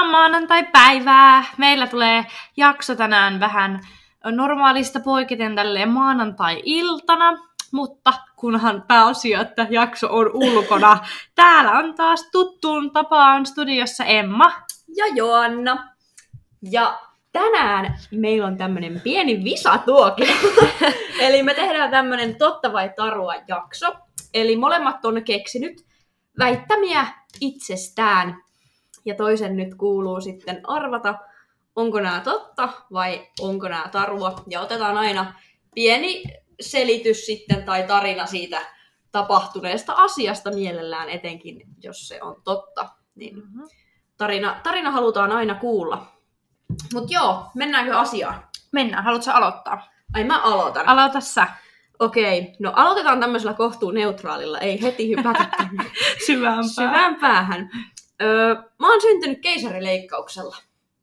maanantai-päivää. Meillä tulee jakso tänään vähän normaalista poiketen tälleen maanantai-iltana, mutta kunhan pääasia, että jakso on ulkona. Täällä on taas tuttuun tapaan studiossa Emma ja Joanna. Ja tänään meillä on tämmönen pieni visatuoke. Eli me tehdään tämmönen totta vai tarua jakso. Eli molemmat on keksinyt väittämiä itsestään. Ja toisen nyt kuuluu sitten arvata, onko nämä totta vai onko nämä tarua. Ja otetaan aina pieni selitys sitten tai tarina siitä tapahtuneesta asiasta mielellään, etenkin jos se on totta. Niin tarina halutaan aina kuulla. Mut joo, mennäänkö asiaan? Mennään. Haluatko aloittaa? Ai mä aloitan. Aloita sä. Okei, no aloitetaan tämmöisellä kohtuun neutraalilla, ei heti hypätä syvään päähän. Mä oon syntynyt keisarileikkauksella.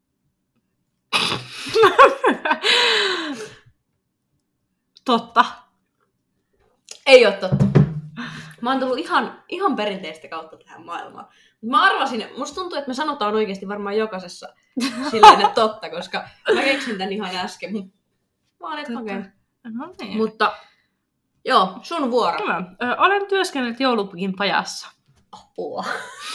Totta. Ei oo totta. Mä oon tullut ihan perinteistä kautta tähän maailmaan. Mä arvasin, musta tuntuu, että me sanotaan oikeasti varmaan jokaisessa silleen, että totta, koska mä keksin tän ihan äsken. Mä oon, että okei. No niin. Mutta joo, sun vuoro. Hyvä. Olen työskennellyt joulupukin pajassa. Apua.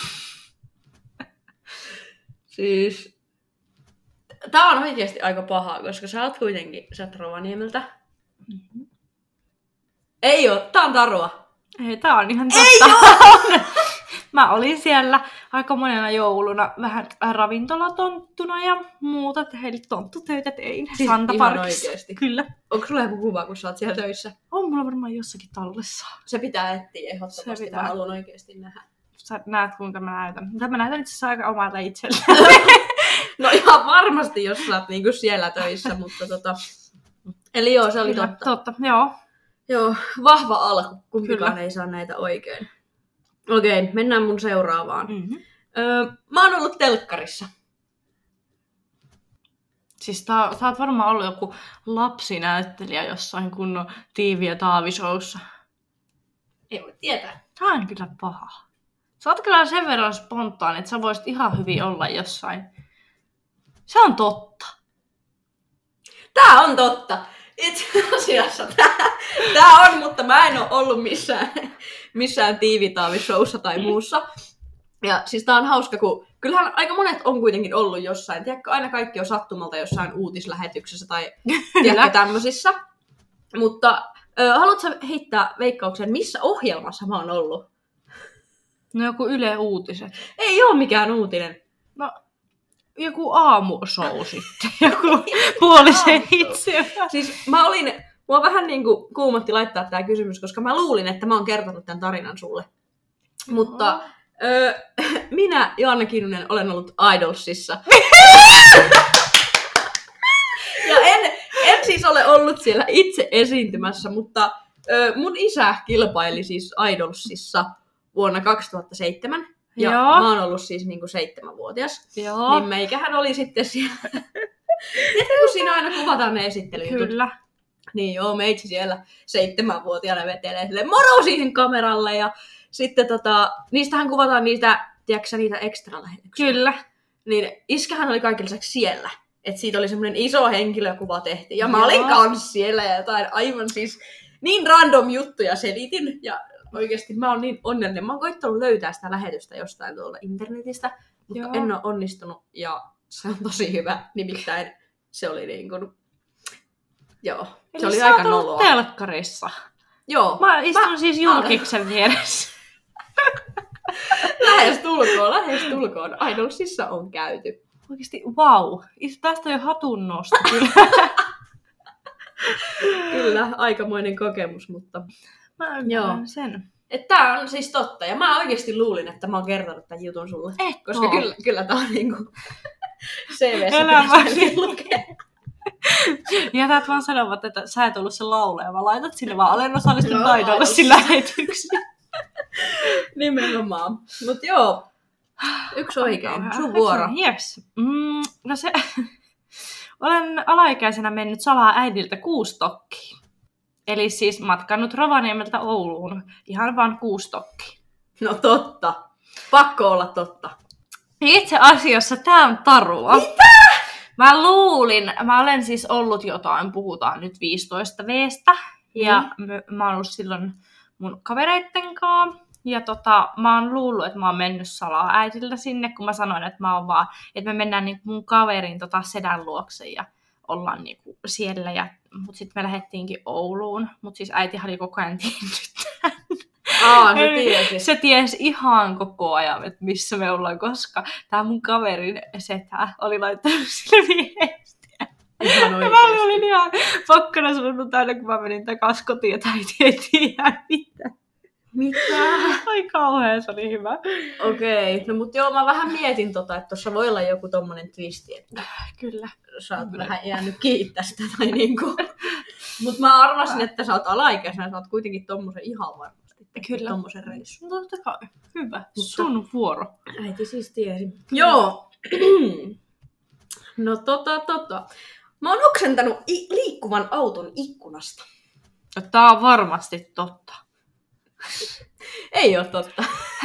Siis tää on oikeesti aika pahaa, koska sä oot Rovaniemeltä. Mm-hmm. Ei oo, tää on tarua. Ei, tää on ihan totta. Mä olin siellä aika monena jouluna vähän ravintolatonttuna ja muuta. Heille tonttutöitä tein. Siis Santa ihan Parkissa. oikeesti? Kyllä. Onko sulla joku kuva, kun sä oot siellä töissä? On mulla varmaan jossakin tallessa. Se pitää etsiä ehdottomasti. Mä haluan oikeesti nähdä. Sä näet, kuinka mä näytän. Mutta mä näytän itse asiassa aika omalta itselle. No ihan varmasti, jos sä oot niinku siellä töissä, mutta Eli joo, se oli Kyllä, totta. Totta, joo. Joo, vahva alku. Kumpikaan ei saa näitä oikein. Okei, mennään mun seuraavaan. Mm-hmm. Mä oon ollut telkkarissa. Siis sä oot varmaan ollut joku lapsinäyttelijä jossain kunnon Tiivi ja Taavi-showssa. Ei voi tietää. Tää on kyllä paha. Sä oot kyllä sen verran spontaani, että sä voisit ihan hyvin olla jossain. Se on totta. Tää on totta. Itse asiassa tää on, mutta mä en oo ollut missään Tiivi-Taavi-showssa tai muussa. Ja siis tää on hauska, kun kyllähän aika monet on kuitenkin ollut jossain. Tiedätkö, aina kaikki on sattumalta jossain uutislähetyksessä tai tiedätkö tämmöisissä. Mutta haluatko heittää veikkauksen, missä ohjelmassa mä oon ollut? No joku Yle Uutiset. Ei oo mikään uutinen. No joku aamushow sitten. Joku puolisen itse. Siis mua vähän niinku kuumotti laittaa tää kysymys, koska mä luulin, että mä oon kertonut tämän tarinan sulle. Mutta minä, Joanna Kinnunen, olen ollut Idolsissa. Ja en siis ole ollut siellä itse esiintymässä, mutta mun isä kilpaili siis Idolsissa vuonna 2007. Ja Joo. Mä oon ollut siis niinku 7-vuotias. Joo. Niin meikähän oli sitten siellä. Tiedätkö, kun siinä aina kuvataan ne esittelyjutut? Kyllä. Niin joo, meitsi siellä 7-vuotiaana vetelee silleen moro siihen kameralle. Ja sitten niistähän kuvataan niitä extra-lähetyksiä. Kyllä. Niin iskähän oli kaiken lisäksi siellä. Että siitä oli semmoinen iso henkilökuva tehtiin. Ja mä olin kans siellä ja jotain aivan siis niin random juttuja selitin. Ja oikeesti mä oon niin onnellinen. Mä oon koittanut löytää sitä lähetystä jostain tuolta internetistä. Mutta Joo. en oo onnistunut ja se on tosi hyvä. Nimittäin se oli niin kuin joo. Eli Se oli sä aika oot ollut noloa. telkkarissa. Joo. Mä istun siis julkiksen vieressä. Lähestulkoon. Idolsissa on käyty. Oikeesti, vau. Tästä on jo hatun nosto kyllä. Kyllä, aikamoinen kokemus, mutta Mä Joo. ymmärrän sen. tää on siis totta. Ja mä oikeesti luulin, että mä oon kertonut tämän jutun sulle. Koska oo. kyllä tää on niinku CV:ssä Elämäsi. pitäisi lukea. Jätät vaan sanovat, että sä et ollut se laulaja, vaan laitat sinne vaan olen osallistunut Joo, Idolsin lähetyksiin. Nimenomaan. Mut joo, yksi oikein. Sun vuoro. Yes. No se... Olen alaikäisenä mennyt salaa äidiltä 6 tokkiin. Eli siis matkannut Rovaniemeltä Ouluun. Ihan vaan 6 tokkiin. No totta. Pakko olla totta. Itse asiassa tää on tarua. Mitä? Mä olen siis ollut jotain, puhutaan nyt 15 V:stä. Ja mä oon ollut silloin mun kavereitten kanssa. Ja mä oon luullut, että mä oon mennyt salaa äitiltä sinne, kun mä sanoin, että että me mennään niin mun kaverin sedän luokse ja ollaan niin siellä. Mut sit me lähdettiinkin Ouluun. Mut siis äiti oli koko ajan tiennyt se tiesi. Se tiesi ihan koko ajan, että missä me ollaan, koska tää mun kaverin setä oli laittanut sille viestiä. Ihan ja mä olin ihan pokkana sanonut aina, kun mä menin takas kotiin, että äiti ei tiedä mitään. Mitä? Ai kauhean, se oli hyvä. Okei, no mut joo, mä vähän mietin että tossa voi olla joku tommonen twisti, että kyllä. Sä oot vähän jäänyt kiinni tästä tai niinku. Mut mä arvasin, että sä oot alaikäisenä, sä oot kuitenkin tommosen ihan varmasti. Kyllä. Tommosen reissun. Totta kai. Hyvä. Sun vuoro. Äiti siis tiesi. Joo. No Mä oon oksentanut liikkuvan auton ikkunasta. Tää on varmasti totta. Ei oo totta.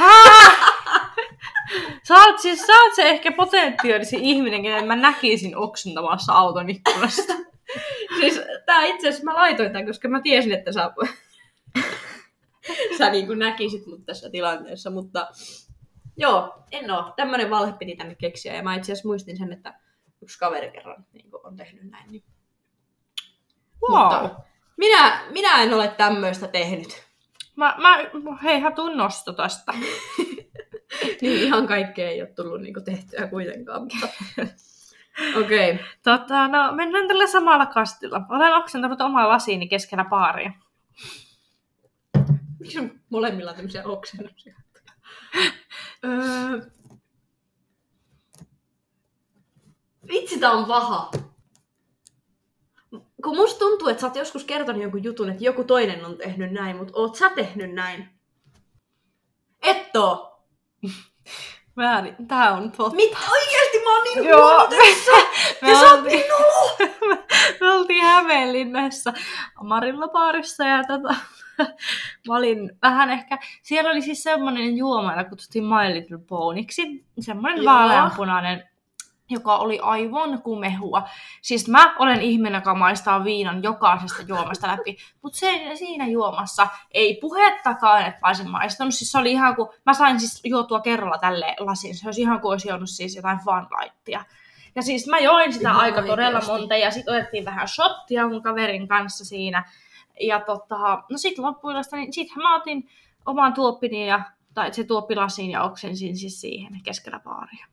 Sä oot se ehkä potentiaalisi ihminen, kenen mä näkisin oksentamassa auton ikkunasta. Siis tää itse asiassa mä laitoin tän, koska mä tiesin, että sä niin kuin näkisit mut tässä tilanteessa, mutta joo, en oo. Tämmönen valhe piti tänne keksiä ja mä itse asiassa muistin sen, että yksi kaveri kerran niin on tehnyt näin. Niin. Wow. Mutta minä en ole tämmöistä tehnyt. Hei, hatun nosto tästä. Niin ihan kaikkea ei ole tullut niinku tehtyä kuitenkaan, mutta okei. No mennään tällä samalla kastilla. Olen oksentanut omaa lasiini keskellä baaria. Miksi on molemmilla tämmöisiä oksennuksia? Vitsi, tää on paha. Kun musta tuntuu, että sä oot joskus kertonut jonkun jutun, että joku toinen on tehnyt näin, mutta oot sä tehnyt näin? Et oo. Väärin. Tää on totta. Mitä? Oikeesti mä oon niin huono tässä! Ja sä oot niin nolo! Me oltiin Hämeenlinnassa Marilla baarissa ja mä olin vähän ehkä... Siellä oli siis semmonen juoma, jota kutsuttiin My Little Ponyksi. Semmonen vaaleanpunainen, joka oli aivan kumehua. Siis mä olen ihminen, joka maistaa viinan jokaisesta juomasta läpi. Mutta siinä juomassa ei puhettakaan, että mä olisin maistanut. Siis se oli ihan kuin... Mä sain siis juotua kerralla tälleen lasin. Se olisi ihan kuin olisi juonut siis jotain Fun Lightia. Ja siis mä join sitä ihan aika todella monta. Ja sit otettiin vähän shottia mun kaverin kanssa siinä. Ja no sit loppuillasta, niin sit mä otin oman tuoppini tai se tuoppilasiin ja oksensin siis siihen keskellä baaria.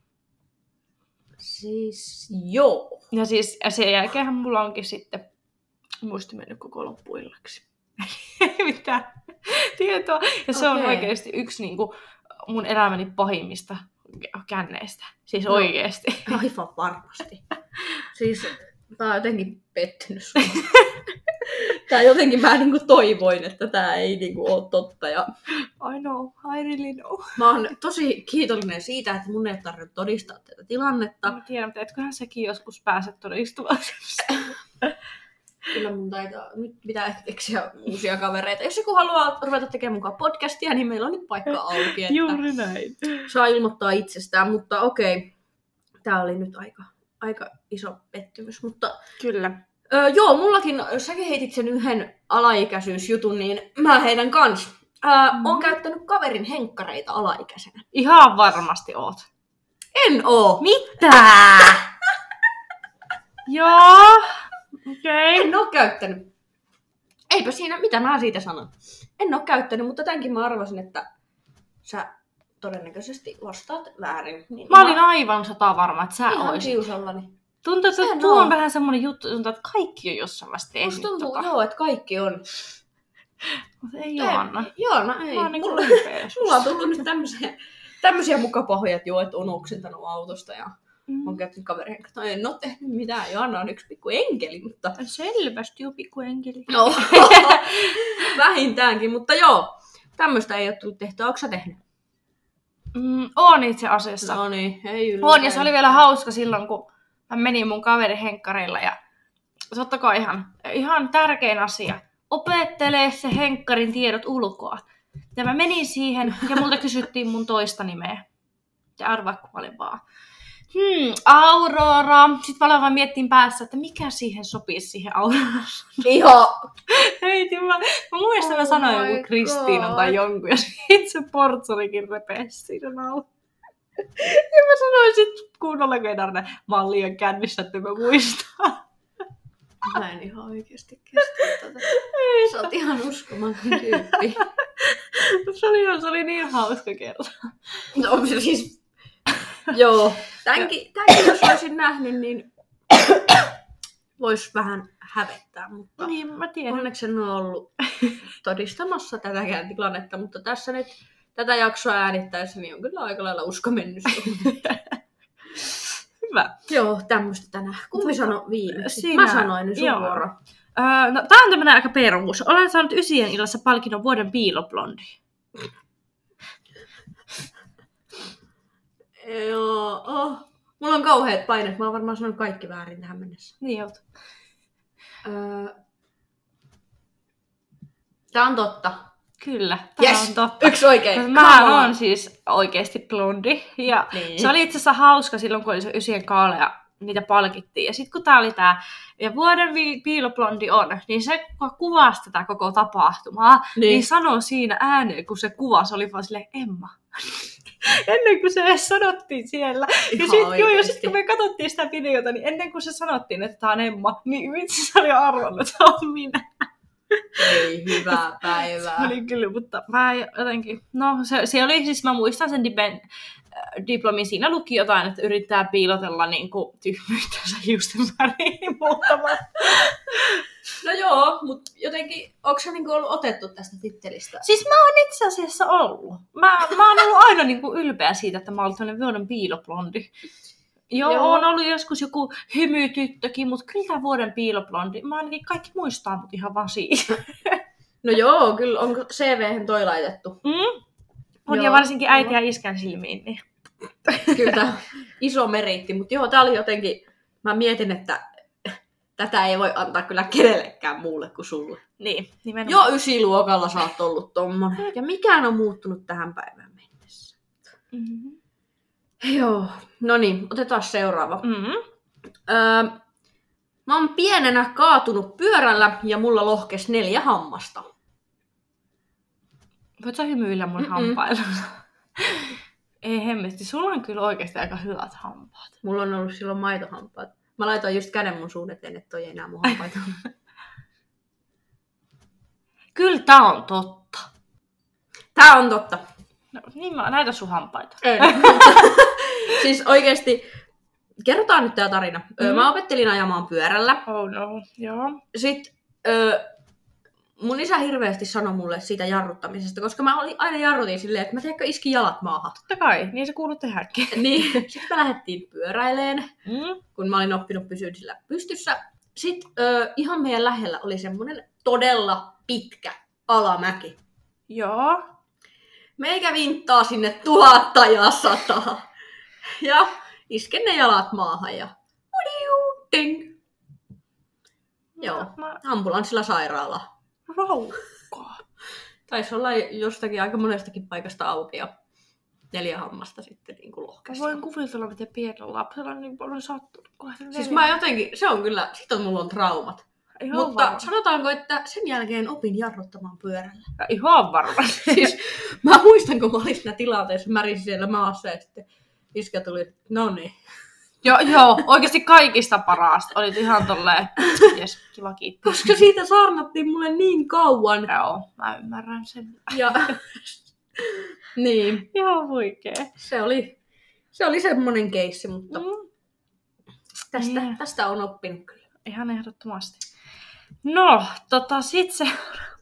Siis joo. Ja siis sen jälkeenhän mulla onkin sitten muisti mennyt koko loppuillaksi. Ei mitään tietoa. Ja se on oikeasti yksi niinku mun elämäni pahimmista känneistä. Siis oikeesti. Aivan varmasti. Siis tää on jotenkin pettynyt sun. Tää jotenkin mä niinku toivoin, että tää ei niinku oo totta. Ja... I know, I really know. Mä oon tosi kiitollinen siitä, että mun ei tarvitse todistaa tätä tilannetta. Mä tiedän, mutta etköhän sekin joskus pääse todistumaan. Kyllä mun nyt pitää ehkä keksiä uusia kavereita. Jos joku haluaa ruveta tekemään mukaan podcastia, niin meillä on nyt paikka auki. Että juuri näin. Saa ilmoittaa itsestään, mutta okei. Tää oli nyt aika iso pettymys, mutta... Kyllä. Joo, mullakin, säkin heitit sen yhden alaikäisyysjutun, niin mä heitän kans. Oon käyttänyt kaverin henkkareita alaikäisenä. Ihan varmasti oot. En oo. Mitä? Joo. Okei. En oo käyttänyt. Eipä siinä, mitä mä siitä sanon. En oo käyttänyt, mutta tämänkin mä arvasin, että sä todennäköisesti vastaat väärin. Niin mä olin aivan 100% varma, että sä ihan oisit. kiusallani. Tuntuu, että tuo on vähän semmonen juttu, että kaikki on jossain vaiheessa tehnyt. Musta tuntuu, joo, että kaikki on. Mutta ei Joanna. Joanna ei. Mulla on tullut nyt tämmösiä mukapahoja, että joo, että on oksentanut autosta ja on käyttänyt kaverien kanssa. En oo tehnyt mitään. Joanna on yksi pikku enkeli, mutta... Selvästi jo pikku enkeli. No, vähintäänkin, mutta joo. Tämmöistä ei oo tullut tehtyä. Ootko sä tehnyt? Oon itse asiassa. No niin, ei yllätä. Oon, ja se oli vielä hauska silloin, kun mä menin mun kaverin henkkareilla ja totta kai ihan tärkein asia. Opettelee se henkkarin tiedot ulkoa. Ja mä menin siihen ja multa kysyttiin mun toista nimeä. Ja arvaa, kun mä olin vaan. Aurora. Sitten mä aloin vaan miettiin päässä, että mikä siihen sopisi siihen Auroraan. Ihan. Heitin mä muistan, mä sanoin joku Kristiina tai jonkun, ja itse portsarikin repesi siinä nauhaa. Ja mä sanoin sit kunnolla kenarne, mä oon liian kännissä, että mä muistan. Mä en ihan oikeesti kestä tätä. Sä oot ihan uskomaton tyyppi. Se oli niin hauska kerta. No siis, joo. Tämänkin jos olisin nähnyt, niin vois vähän hävettää, mutta Niin, mä tiedän. onneksi en ole ollut todistamassa tätäkään tilannetta, mutta tässä nyt tätä jaksoa äänittäessä niin on kyllä aika lailla usko mennyt. Hyvä. Joo, tämmöistä tänään. Kumpi sanoi viimeksi? Sinä. Mä sanoin, niin sun Joo. vuoro. No, tää on tämmönen aika perus. Olen saanut Ysien illassa palkinnon vuoden piiloblondi. Joo. Mulla on kauheat paineet. Mä oon varmaan sanonut kaikki väärin tähän mennessä. Niin oot. Tää on totta. Kyllä, tää Yes! on totta. Yksi oikein. Mä oon siis oikeesti blondi. Ja Niin. se oli itse asiassa hauska silloin, kun oli se Ysien kaala ja niitä palkittiin. Ja sit kun tää oli tää ja vuoden piiloblondi on, niin se kun kuvasi tätä koko tapahtumaa, niin sanoi siinä ääneen, kun se kuvasi, oli vaan silleen Emma. Ennen kuin se edes sanottiin siellä. Ja sit kun me katsottiin sitä videota, niin ennen kuin se sanottiin, että tää on Emma, niin vitsi se oli arvannut, että on minä. Ei, hyvää päivää. Se oli kyllä, mutta mä jotenkin, no se oli siis, mä muistan sen diplomin, siinä luki jotain, että yrittää piilotella niinku tyhmyyttänsä justen väriin muutaman. No joo, mutta jotenkin, onko sä niinku ollut otettu tästä tittelistä? Siis mä oon itse asiassa ollut. Mä oon ollut aina niinku ylpeä siitä, että mä oon ollut tämmönen vuoden piiloblondi. Joo, on ollut joskus joku hymytyttökin, mutta kyllä tää vuoden piiloblondi. Mä ainakin kaikki muistaa mut ihan vaan siitä. No joo, kyllä onko CV:hen toi laitettu? On Joo, ja varsinkin äiti joo. ja iskän silmiin. Niin. Kyllä tää on iso meriitti, mutta joo, tää oli jotenkin, mä mietin, että tätä ei voi antaa kyllä kenellekään muulle kuin sulle. Niin, nimenomaan. Jo 9-luokalla sä oot ollut tommonen. Ja mikään on muuttunut tähän päivään mennessä. Mm-hmm. Joo, no niin, otetaan seuraava. Mm-hmm. Mä oon pienenä kaatunut pyörällä ja mulla lohkes 4 hammasta. Voit sä hymyillä mun hampailla? Ei hemmetti, sulla on kyllä oikeasti aika hyvät hampaat. Mulla on ollut silloin maitohampaat. Mä laitoin just käden mun suun eteen, että toi ei enää mun hampaita. Kyllä tää on totta. Tää on totta. No, niin mä näytän sun hampaita. Ei. Siis oikeesti, kerrotaan nyt tää tarina. Mä opettelin ajamaan pyörällä. Oh no, joo. Sitten mun isä hirveästi sanoi mulle siitä jarruttamisesta, koska mä aina jarrutin silleen, että mä teekö iskin jalat maahan. Totta kai, niin se kuuluu tehdäkin. Niin, sitten me lähdettiin pyöräileen, kun mä olin oppinut pysyä sillä pystyssä. Sitten ihan meidän lähellä oli semmonen todella pitkä alamäki. Joo. Meikä vinttaa sinne 1000 ja 100. Ja isken ne jalat maahan ja ding. Joo, ambulanssilla sairaala. Raukkaa. Taisi olla jostakin aika monestakin paikasta auki ja 4 hammasta sitten niin kuin lohkesi. Voin kuvitella, miten pienellä lapsella on niin paljon sattunut. Siis mä jotenkin, se on kyllä, mulla on traumat. Ihan Mutta varma. sanotaanko, että sen jälkeen opin jarruttamaan pyörällä. Ihan varmasti. Siis mä muistan, kun mä olin siinä tilanteessa, märisin siellä maassa ja sitten iskä tuli, no niin. Joo, oikeasti kaikista parasta. Olit ihan tolleen, jes, kiva kiitos. Koska siitä saarnattiin mulle niin kauan. Joo, mä ymmärrän sen. Ja niin, Ihan huikee. se oli semmonen keissi, mutta tästä on oppinut kyllä. Ihan ehdottomasti. No, sit se...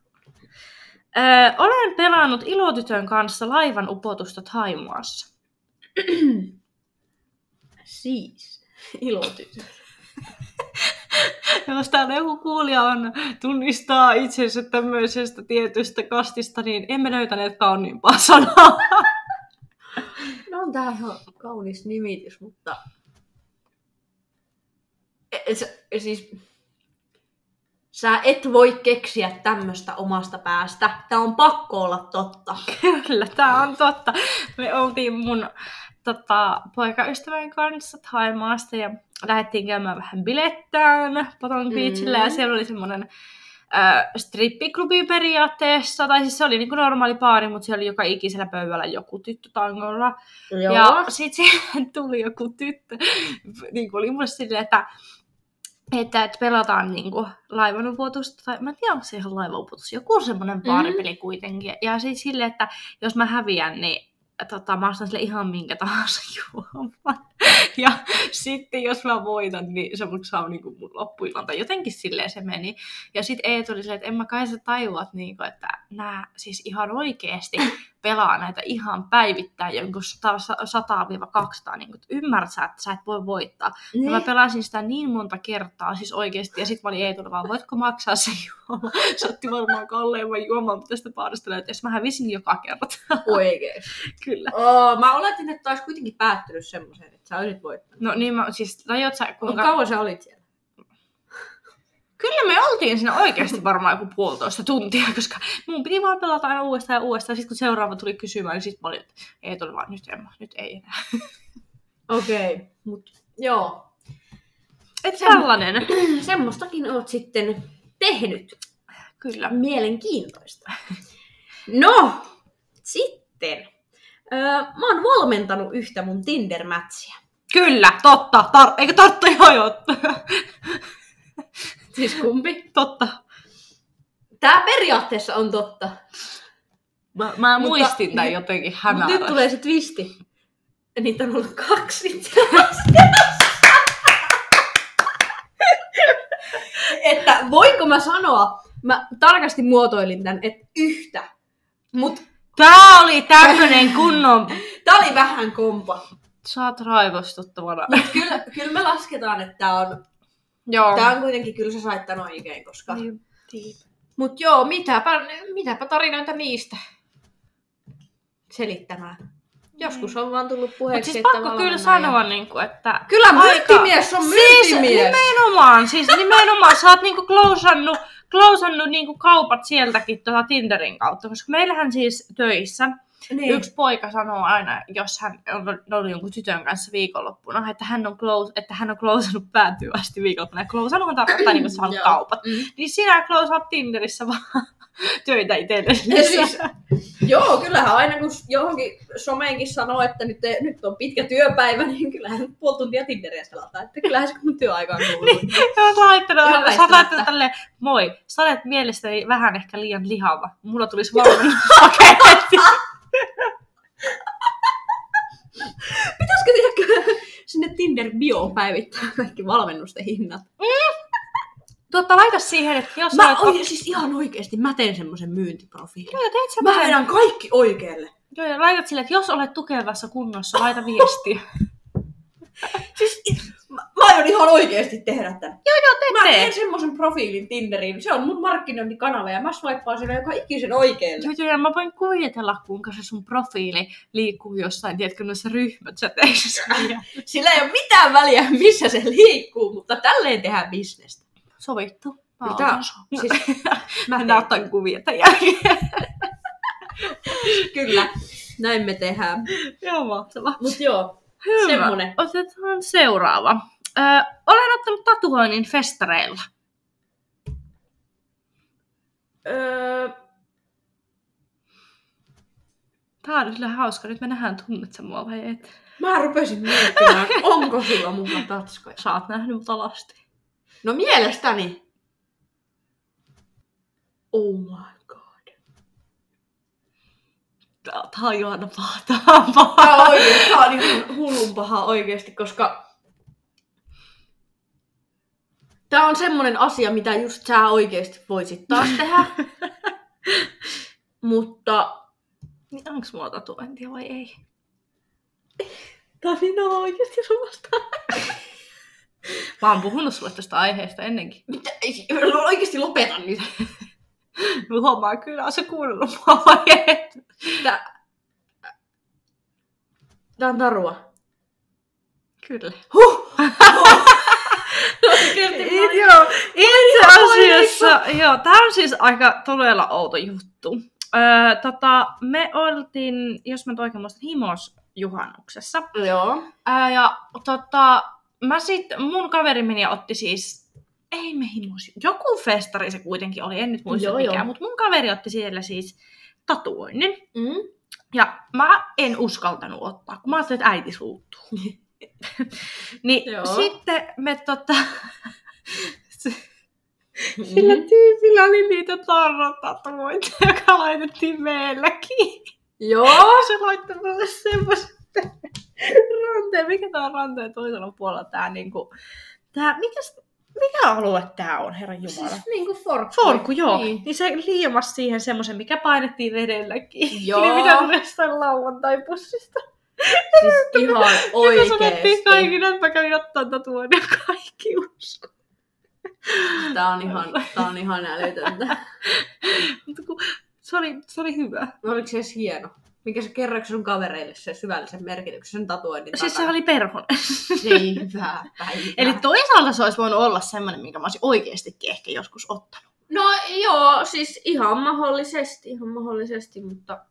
olen pelannut Ilotytön kanssa laivan upotusta Thaimaassa. Siis, Ilotytö. Jos täällä joku kuulija tunnistaa itsensä tämmöisestä tietystä kastista, niin emme löytäneet kauniimpaa sanaa. No on tää ihan kaunis nimitys, mutta... Siis... Sä et voi keksiä tämmöstä omasta päästä. Tää on pakko olla totta. Kyllä, tää on totta. Me oltiin mun poikaystävän kanssa Thaimaasta ja lähdettiin käymään vähän bilettään Patong Beachillä ja siellä oli semmoinen strippiklubi periaatteessa, tai siis se oli niinku normaali baari, mutta siellä oli joka ikisellä pöydällä joku tyttö tangolla. Joo. Ja sit siihen tuli joku tyttö, niinku oli mulle silleen, että pelataan niinku laivanupotusta, tai mä en tiedä, onko se ihan laivanupotus, joku semmoinen baaripeli kuitenkin. Ja sit silleen, että jos mä häviän, niin mä ostan sille ihan minkä tahansa juoman. Ja sitten jos mä voitan, niin se maksaa niinku mun loppuillan. Tai jotenkin silleen se meni. Ja sitten Eetu oli silleen, että en mä kai sä tajuat, niinku, että nää siis ihan oikeesti pelaa näitä ihan päivittäin jonkun 100-200. Niinku, ymmärrät sä, että sä et voi voittaa. Ne. Ja mä pelasin sitä niin monta kertaa siis oikeesti. Ja sit mä olin Eetulle vaan, voitko maksaa se juoma? Se otti varmaan kalleimman juoman tästä baarista. Että jos mä hävisin joka kerta. Oikeesti. Kyllä. Mä oletin, että olisi kuitenkin päättynyt semmoisen, että sä olisit voittanut. No niin, siis tajut sä kuinka... Kauan sä olit siellä? Kyllä me oltiin siinä oikeasti varmaan joku 1,5 tuntia, koska mun piti vaan pelata aina uudestaan ja uudestaan. Sitten kun seuraava tuli kysymään, niin sitten mä olin, että ei tuli vaan, nyt ei enää. Okei, mut joo. Et sellainen. Semmoistakin oot sitten tehnyt. Kyllä. Mielenkiintoista. No, sitten. Mä oon valmentanut yhtä mun Tinder-mätsiä. Kyllä, totta. Eikö totta joo. Siis kumpi? Totta. Tää periaatteessa on totta. Mä muistin tän jotenkin hämärästi. Nyt tulee se twisti. Niitä on ollut 2 että voinko mä sanoa, mä tarkasti muotoilin tän, että yhtä. Mut tää oli tämmönen kunnon... Tää oli vähän kompa. Sä oot raivostuttavana. Kyllä me lasketaan, että tää on... Joo. Tää on kuitenkin, kyllä sä sait tän oikein, koska... Niin. Mut joo, mitäpä tarinoita niistä selittämään. Joskus on vaan tullut puheeksi, siis pakko kyllä sanoa, että... Kyllä myyntimies on myyntimies! Siis nimenomaan, sä oot klousannut kaupat sieltäkin Tinderin kautta, koska meillähän siis töissä niin. Yksi poika sanoo aina, jos hän on ollut jonkun tytön kanssa viikonloppuna, että hän on klousannut päätyy asti viikonloppuna. Ja klousannuthan tarkoittaa, että sä haluat kaupat. Niin sinä klousaat Tinderissä vaan töitä itsellesi. Siis, joo, kyllähän aina kun johonkin someenkin sanoo, että nyt on pitkä työpäivä, niin kyllähän 0,5 tuntia Tinderiä selataan. Että kyllähän se mun työaika on kuulunut. Sä oot laittanut tälleen, moi, sä olet mielestäni vähän ehkä liian lihava. Mulla tulisi valmennuspaketti. Pitäisikö tiedäkö sinne Tinder-bioon päivittää kaikki valmennusten hinnat? Laita siihen, että jos siis ihan oikeesti, mä teen semmoisen myyntiprofiilin. Joo, teet sen. Mä vedän kaikki oikealle. Joo, ja laitat sille, että jos olet tukevassa kunnossa, laita viestiä. Siis mä aion ihan oikeesti tehdä tän. Joo, mä teen semmoisen profiilin Tinderiin. Se on mun markkinointikanava ja mä swipaan sille joka ikisen oikealle. Joo, ja mä voin kuvitella, kuinka se sun profiili liikkuu jossain, tiedätkö, noissa ryhmächateissä. Sillä ei ole mitään väliä, missä se liikkuu, mutta tälleen tehdään bisnestä. Sovittu. Mä otan kuvia tämän jälkeen. Kyllä, näin me tehdään. Joo, mahtavaa. Mut joo, hyvä. Semmonen. Otetaan seuraava. Olen ottanut tatuoinnin festareilla. Tää on kyllä hauska. Nyt me nähdään, tunnet sä mua vai et. Mä rupesin miettimään, onko sulla mulla tatskoja. Sä oot nähnyt mut alasti. No mielestäni. Oh my god. Tää on ihana paha. Tää on niin hullun paha oikeesti, koska tää on semmonen asia, mitä just sä oikeesti voisit taas tehdä. Mutta... Niin onks mulla tatuointia vai ei? Tää on niin oikeesti suvasta. Mä oon puhunut sulle tästä aiheesta ennenkin. Mitä? Oikeesti lopeta nyt. Mä huomaan kyllä, on se kuunnellut mua vai et? Tää on tarua. Kyllä. Joo, itse asiassa, joo, tää on siis aika todella outo juttu. Me oltiin, jos mä oikein muistan, Himos juhannuksessa. Joo. Ja mun kaveri meni ja otti siis, ei mehimuisi, joku festari se kuitenkin oli, en nyt muista mikään, mutta mun kaveri otti siellä siis tatuoinnin. Ja mä en uskaltanut ottaa, kun mä ajattelin, että äiti suuttuu. Niin sitten me sillä tyypillä oli niitä tarratatuointeja, joka laitettiin meilläkin. Joo. Se laittoi mulle semmoisen ranteen. Mikä tää on ranteen toisella puolella? Tää niinku... Mikä alue tää on, Herran Jumala? Siis niinku forkku. Forkku, joo. Niin se liimasi siihen semmoisen, mikä painettiin vedelläkin. Joo. Niin mitä tuli jostain lauantai-pussista. Siis ihan oikeesti. Sitä sanottiin kaikille, että mä kävin ottaa tatuoinnin ja kaikki usko. Tää on ihan älytöntä. Mutta se oli hyvä. Oliko se edes hieno? Mikä se kerroiko sun kavereille se syvällisen merkityksen sen tatuoinnin takana? Siis se oli perhonen. Ei hyvä päivä. Eli toisaalta se olisi voinut olla semmoinen, minkä mä olisin oikeastikin ehkä joskus ottanut. No joo, siis ihan mahdollisesti, mutta...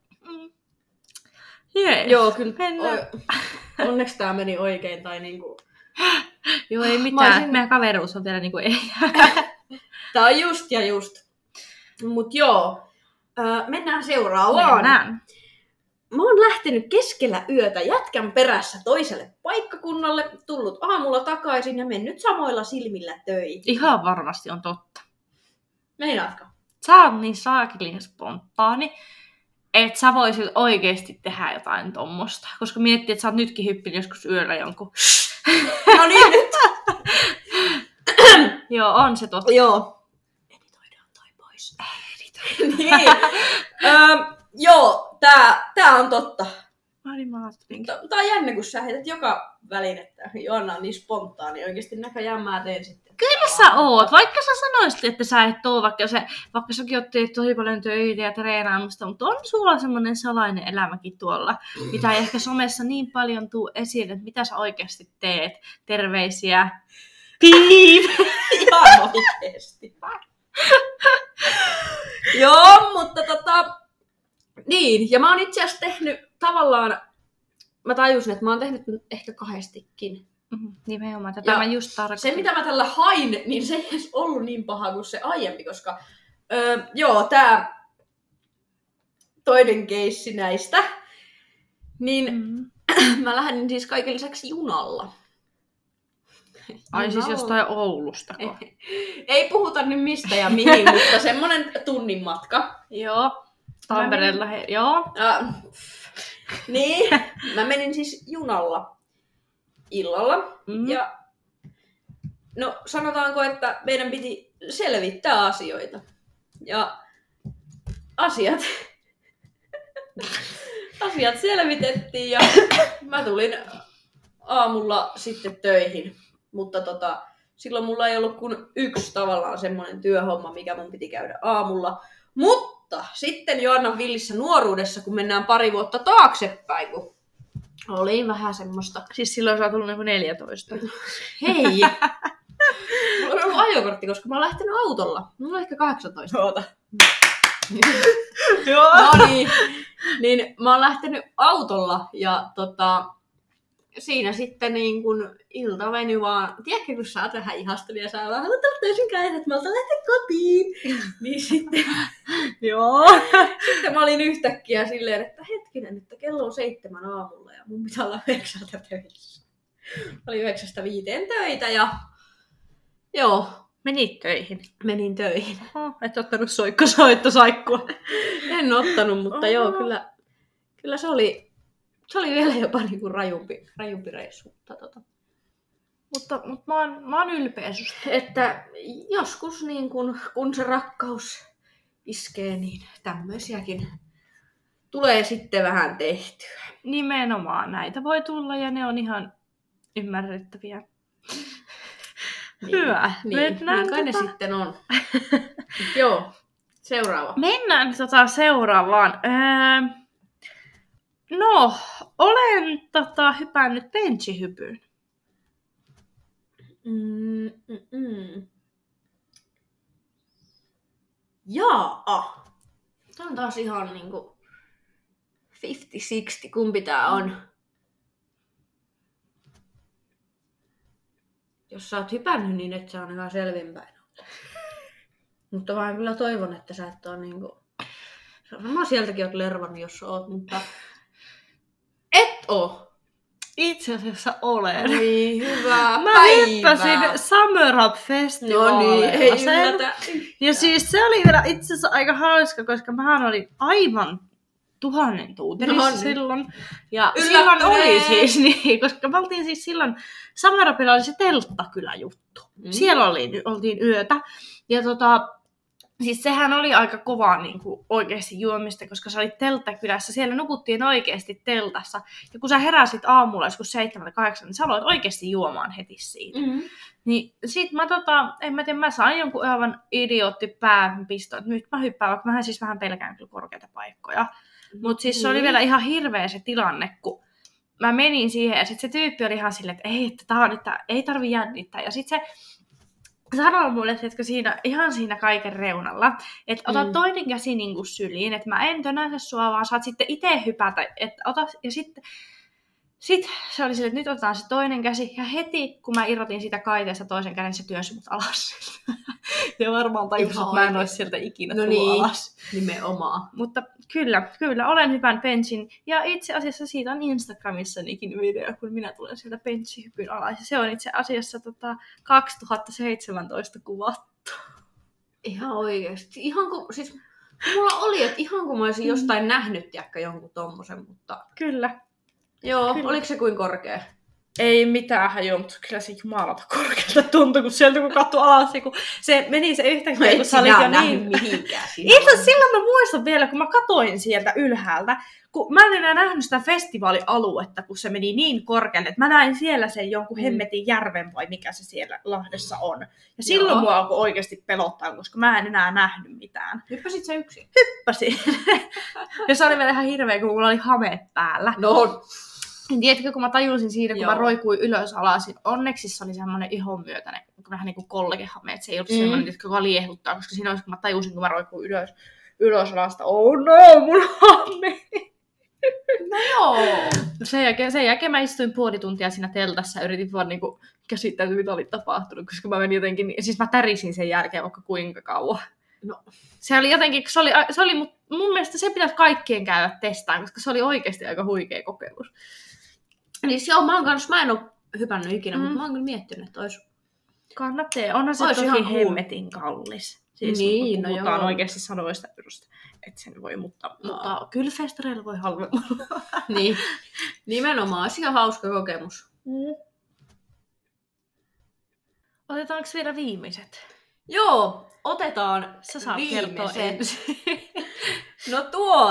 Jees. Joo, kyllä onneksi tää meni oikein tai niinku... Joo, ei mitään. Meidän kaveruus on vielä niinku ei. Tää on just. Mut joo, mennään seuraavaan. Mennään. Mä oon lähtenyt keskellä yötä jätkän perässä toiselle paikkakunnalle, tullut aamulla takaisin ja mennyt samoilla silmillä töihin. Ihan varmasti on totta. Meinaatko? Sä oot niin saakeliin spontaani, että sä voisit oikeesti tehdä jotain tommosta. Koska miettii, että sä oot nytkin hyppinyt joskus yöllä jonkun. No niin nyt! Joo, on se totta. Joo. Editoidaan toi pois. Niin. Joo, tää on totta. Tää on jännä, kun sä heität joka välinettä. Joanna on niin spontaani. Oikeesti näköjään mä teen sitten. Kyllä sä oot. Vaikka sä sanoisit, että sä et oo, vaikka säkin oot tehnyt tosi paljon töitä ja treenaamusta, mutta on sulla semmonen salainen elämäkin tuolla, mitä ei ehkä somessa niin paljon tuu esiin, että mitä sä oikeasti teet. Terveisiä. Piip! Ihan oikeesti. Joo, mutta niin, ja mä oon itse asiassa tehnyt tavallaan, mä tajusin, että mä oon tehnyt ehkä kahdestikin. Nimenomaan, tätä mä just tarkoitin. Se, mitä mä tällä hain, niin se ei edes ollut niin paha kuin se aiempi, koska joo, tää toinen keissi näistä, niin mä lähdin siis kaiken lisäksi junalla. Ai siis jostain Oulustako? Ei puhuta nyt mistä ja mihin, mutta semmonen tunnin matka. Joo. Tampereella, joo. Niin, mä menin siis junalla illalla. Ja no sanotaanko, että meidän piti selvittää asioita. Ja asiat selvitettiin ja mä tulin aamulla sitten töihin. Mutta silloin mulla ei ollut kuin yksi tavallaan semmoinen työhomma, mikä mun piti käydä aamulla. Mutta sitten Joannan villissä nuoruudessa, kun mennään pari vuotta taaksepäin, kun oli vähän semmoista... Siis silloin sä oot ollut 14. Hei! Mulla on ollut ajokortti, koska mä oon lähtenyt autolla. Mulla on ehkä 18. Oota. Joo. No niin, mä oon lähtenyt autolla ja siinä sitten niin kun ilta veny vaan, tiedätkö kun sä oot vähän ihastunut ja sä vaan haluat olla täysin käydä, että mä oon lähteä kotiin. Niin sitten, sitten mä olin yhtäkkiä silleen, että hetkinen, että kello on 7 aamulla ja mun pitää olla 9 töissä. Mä olin 9-5 töitä ja joo. Menit töihin? Menin töihin. Et ottanut soittosaikkua? En ottanut, mutta joo, kyllä se oli vielä jopa niinku rajumpi reissu. Mutta mä oon ylpeä susta. Että joskus niin kun se rakkaus iskee, niin tämmöisiäkin tulee sitten vähän tehtyä. Nimenomaan näitä voi tulla ja ne on ihan ymmärrettäviä. Niin, hyvä. Niin kai ne sitten on. Joo, seuraava. Mennään seuraavaan. No, olen hypännyt benchihypyyn. Jaa. Tämä on taas ihan niinku 50-60, kumpi tää on. Jos sä oot hypännyt, niin et sä ainakaan selvinpäin. Mutta mä kyllä toivon, että sä et oo niinku... Varmaan sieltäkin oot lervannut, jos oot, mutta... Et oo! Itse asiassa olen. Niin, hyvää Mä päivää! hyppäsin Summer Up-festivaaleilla sen. Ja siis se oli vielä itse asiassa aika hauska, koska mähän olin aivan 1000 tuuterissa silloin. Ja silloin oli siis niin, koska me oltiin siis silloin, Summer Upilla oli se telttakylä-juttu. Siellä oltiin yötä. Ja siis sehän oli aika kovaa niin kuin oikeasti juomista, koska sä olit telttakylässä. Siellä nukuttiin oikeasti teltassa. Ja kun sä heräsit aamulla joskus 7-8, niin sä aloit oikeasti juomaan heti siitä. Niin sit mä en mä tiedä, mä sain jonkun aivan idiootti pääpiston. Nyt mä hyppään, vaikka mä siis vähän pelkään kyllä korkeita paikkoja. Mutta siis se oli vielä ihan hirveä se tilanne, kun mä menin siihen ja sit se tyyppi oli ihan silleen, että ei tarvi jännittää. Ja sit se sanoi mulle, että ihan siinä kaiken reunalla, että ota toinen käsi niin kuin syliin, että mä en tönäise sua, vaan saat sitten itse hypätä. Että ja sitten se oli silleen, että nyt otetaan se toinen käsi. Ja heti, kun mä irrotin siitä kaiteesta toisen käden, se työnsi mut alas. Ja varmaan tajusin, että mä en olisi sieltä ikinä tullut alas. Nimenomaan. Mutta kyllä, olen hypän pensin. Ja itse asiassa siitä on Instagramissanikin video, kun minä tulen sieltä penssihypyn alas. Ja se on itse asiassa 2017 kuvattu. Ihan oikeesti. Ihan kun, siis mulla oli, että ihan kun mä olisin jostain nähnyt jonkun tommosen, mutta... Kyllä. Joo, kyllä. Oliko se kuin korkea? Ei mitään hajoa, mutta kyllä se jumalata korkealta tuntui, kun sieltä kun katsoi alas, kun se meni se yhtäkkiä, kun sä olit jo niin... mihinkään. Itse silloin mä muistan vielä, kun mä katoin sieltä ylhäältä, kun mä en enää nähnyt sitä festivaalialuetta, kun se meni niin korkealle, että mä näin siellä sen jonkun hemmetin järven vai mikä se siellä Lahdessa on. Ja silloin mua alkoi oikeasti pelottaa, koska mä en enää nähnyt mitään. Hyppäsit sä yksin? Hyppäsin. Ja se oli vielä ihan hirveä, kun mulla oli hame päällä. No. Tiedätkö, kun mä tajusin siitä, kun mä roikuin ylös alasin, onneksi se oli semmoinen ihon myötäinen, vähän niin kuin kollegehame, että se ei ollut semmoinen, joka liehuttaa, koska siinä olisi, kun mä tajusin, kun mä roikuin ylös alasta, oh no, mun hame! No joo! Sen jälkeen mä istuin puoli tuntia siinä teltassa ja yritin vaan niinku käsittää, mitä oli tapahtunut, koska mä menin jotenkin, siis mä tärisin sen jälkeen vaikka kuinka kauan. No. Se oli jotenkin, se oli mun mielestä se pitäisi kaikkien käydä testaan, koska se oli oikeasti aika huikea kokemus. Niin joo, mä en ole hypännyt ikinä, mutta mä oon kyllä miettinyt, että olisi... Kannattaa, onhan se toki hemmetin kallis. Siis niin, no puhutaan oikeasti sanoista yrusta, että sen voi, mutta kyllä festareilla voi halvemmalla. Niin, nimenomaan, olisi ihan hauska kokemus. Otetaanko vielä viimeiset? Joo, otetaan sä saat viimeiset. No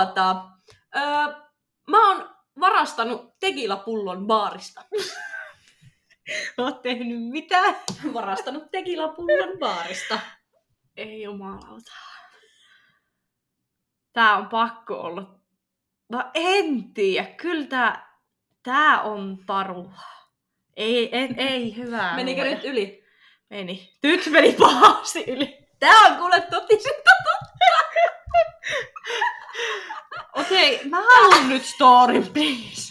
mä oon varastanut tekilapullon baarista. Oot tehnyt mitä? Varastanut tekilapullon baarista. Ei jumalauta. Tää on pakko olla. No en tiedä. Kyllä tää on tarua. Ei hyvää. Menikö nyt yli? Meni. Nyt meni pahasti yli. Tää on kuule totisen totta. Okei, mä haluun nyt story, please.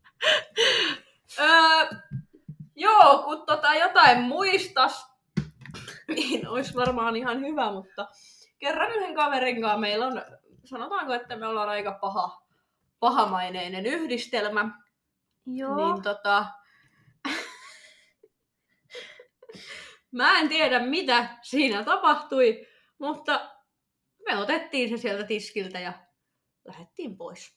Joo, kun jotain muistas, niin olisi varmaan ihan hyvä, mutta kerran yhden kaverin kanssa meillä on, sanotaanko, että me ollaan aika pahamaineinen yhdistelmä. Joo. Niin mä en tiedä mitä siinä tapahtui, mutta me otettiin se sieltä tiskiltä ja lähdettiin pois.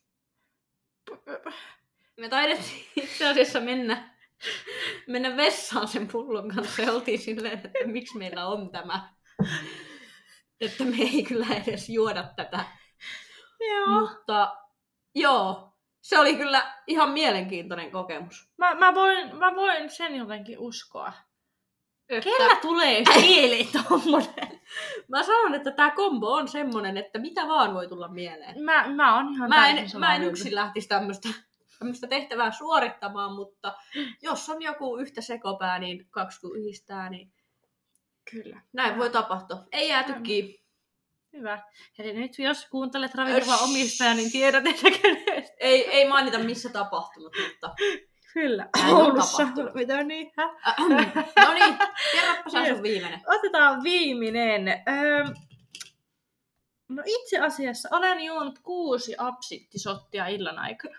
Me taidettiin itse asiassa mennä vessaan sen pullon kanssa ja oltiin silleen, että miksi meillä on tämä. Että me ei kyllä edes juoda tätä. Joo. Mutta joo, se oli kyllä ihan mielenkiintoinen kokemus. Mä voin sen jotenkin uskoa. Kellä tulee mieleen tommonen? Mä sanon, että tää kombo on semmonen, että mitä vaan voi tulla mieleen. Mä oon ihan mä en yksin lähtisi tämmöistä tehtävää suorittamaan, mutta jos on joku yhtä sekopää, niin 2 kun yhdistää, niin kyllä. Näin voi tapahtua. Ei jääty kiinni. Hyvä. Eli nyt jos kuuntelet ravintolan omistajaa, niin tiedät, että kenestä. Ei mainita missä tapahtunut, mutta Kyllä. Näin on Oulussa. tapahtunut. Mitä niin? No niin, kerropa sä sun viimeinen. Otetaan viimeinen. No itse asiassa olen juonut 6 absinttisottia illan aikana.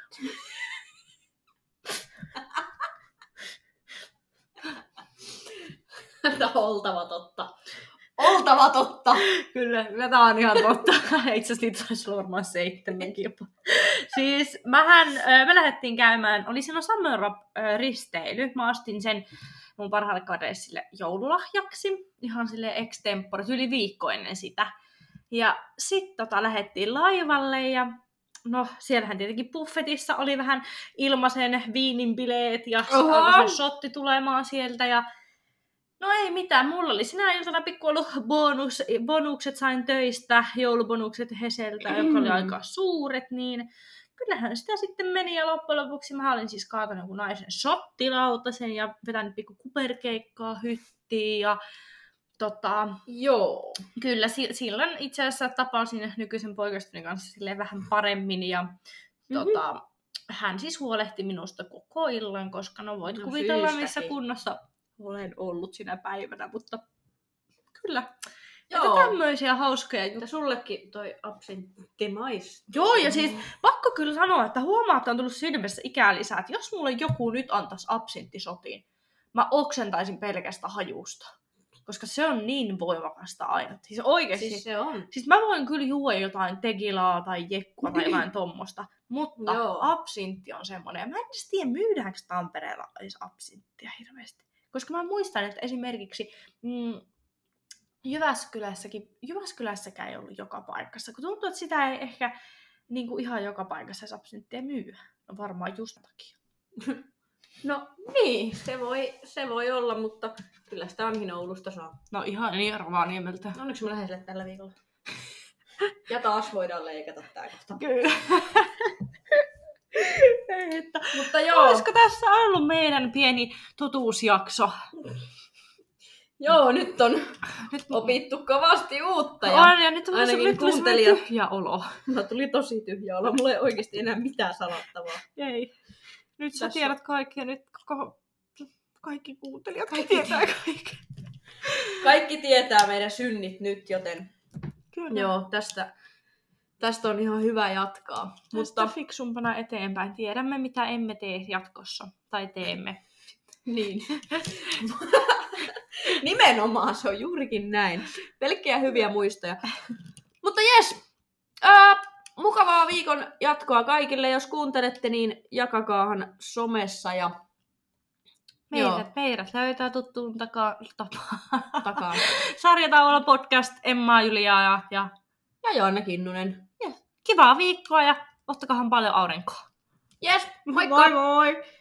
Tämä on oltava totta. Oltava totta! Kyllä tää on ihan totta. Itse asiassa niitä taisi olla varmaan 7 jopa. Siis me lähdettiin käymään, oli siinä Samurop-risteily. Mä ostin sen mun parhaalle kaverille sille joululahjaksi. Ihan silleen extempore, yli viikko ennen sitä. Ja sit lähdettiin laivalle ja no siellähän tietenkin buffetissa oli vähän ilmaisen viininbileet ja alkoi se shotti tulemaan sieltä ja no ei mitään, mulla oli sinä iltana pikku ollut bonukset sain töistä, joulubonukset Heseltä, joka oli aika suuret, niin kyllähän sitä sitten meni ja loppujen lopuksi mä olin siis kaatanut jonkun naisen shottilautasen ja vetänyt pikku kuperkeikkaa hyttiin ja Joo. Kyllä, silloin itse asiassa tapasin nykyisen poikastoni kanssa silleen vähän paremmin ja hän siis huolehti minusta koko illan, koska no voit kuvitella missä kunnossa olen ollut sinä päivänä, mutta kyllä. Joo. Että tämmöisiä hauskoja juttuja. Ja sullekin toi absintti maistuu. Joo, ja siis pakko kyllä sanoa, että huomaa, että on tullut siinä mielessä ikää lisää, että jos mulle joku nyt antaisi absinttisotin, mä oksentaisin pelkästä hajusta. Koska se on niin voimakasta aina. Siis oikeesti. Siis se on. Siis mä voin kyllä juoda jotain tekilaa tai jekkua tai jotain tommosta. Mutta absintti on semmonen. Ja mä en edes tiedä, myydäänkö Tampereella edes absinttia hirveästi. Koska mä muistan, että esimerkiksi Jyväskylässäkään ei ollut joka paikassa. Kun tuntuu, että sitä ei ehkä niin kuin ihan joka paikassa absinttia myyä. No varmaan just takia. No niin, se voi olla, mutta kyllä sitä ainakin Oulusta saa. No ihan niin Rovaniemeltä. Onneksi mä lähden sille tällä viikolla. Ja taas voidaan leikata tää kohta. Kyllä. Mutta joo. Olisiko tässä ollut meidän pieni totuusjakso? Joo, nyt on opittu kovasti uutta. Ja nyt ainakin kuuntelijat. Tyhjä olo. Mulla tuli tosi tyhjä olo. Mulla ei oikeasti enää mitään sanottavaa. Ei. Nyt sä tiedät kaikki ja nyt kaikki kuuntelijat tietää kaikki. Kaikki tietää meidän synnit nyt, joten kyllä. Joo, tästä on ihan hyvä jatkaa. Mutta fiksumpana eteenpäin. Tiedämme, mitä emme tee jatkossa. Tai teemme. Niin. Nimenomaan, se on juurikin näin. Pelkkiä hyviä muistoja. Mutta jes! Mukavaa viikon jatkoa kaikille. Jos kuuntelette, niin jakakaahan somessa. Ja meidät löytää tuttuun takaa. Sarjataululla podcast Emma Julia ja Joanna Kinnunen. Kivaa viikkoa ja ottakahan paljon aurinkoa. Jes, moikka! Moi moi!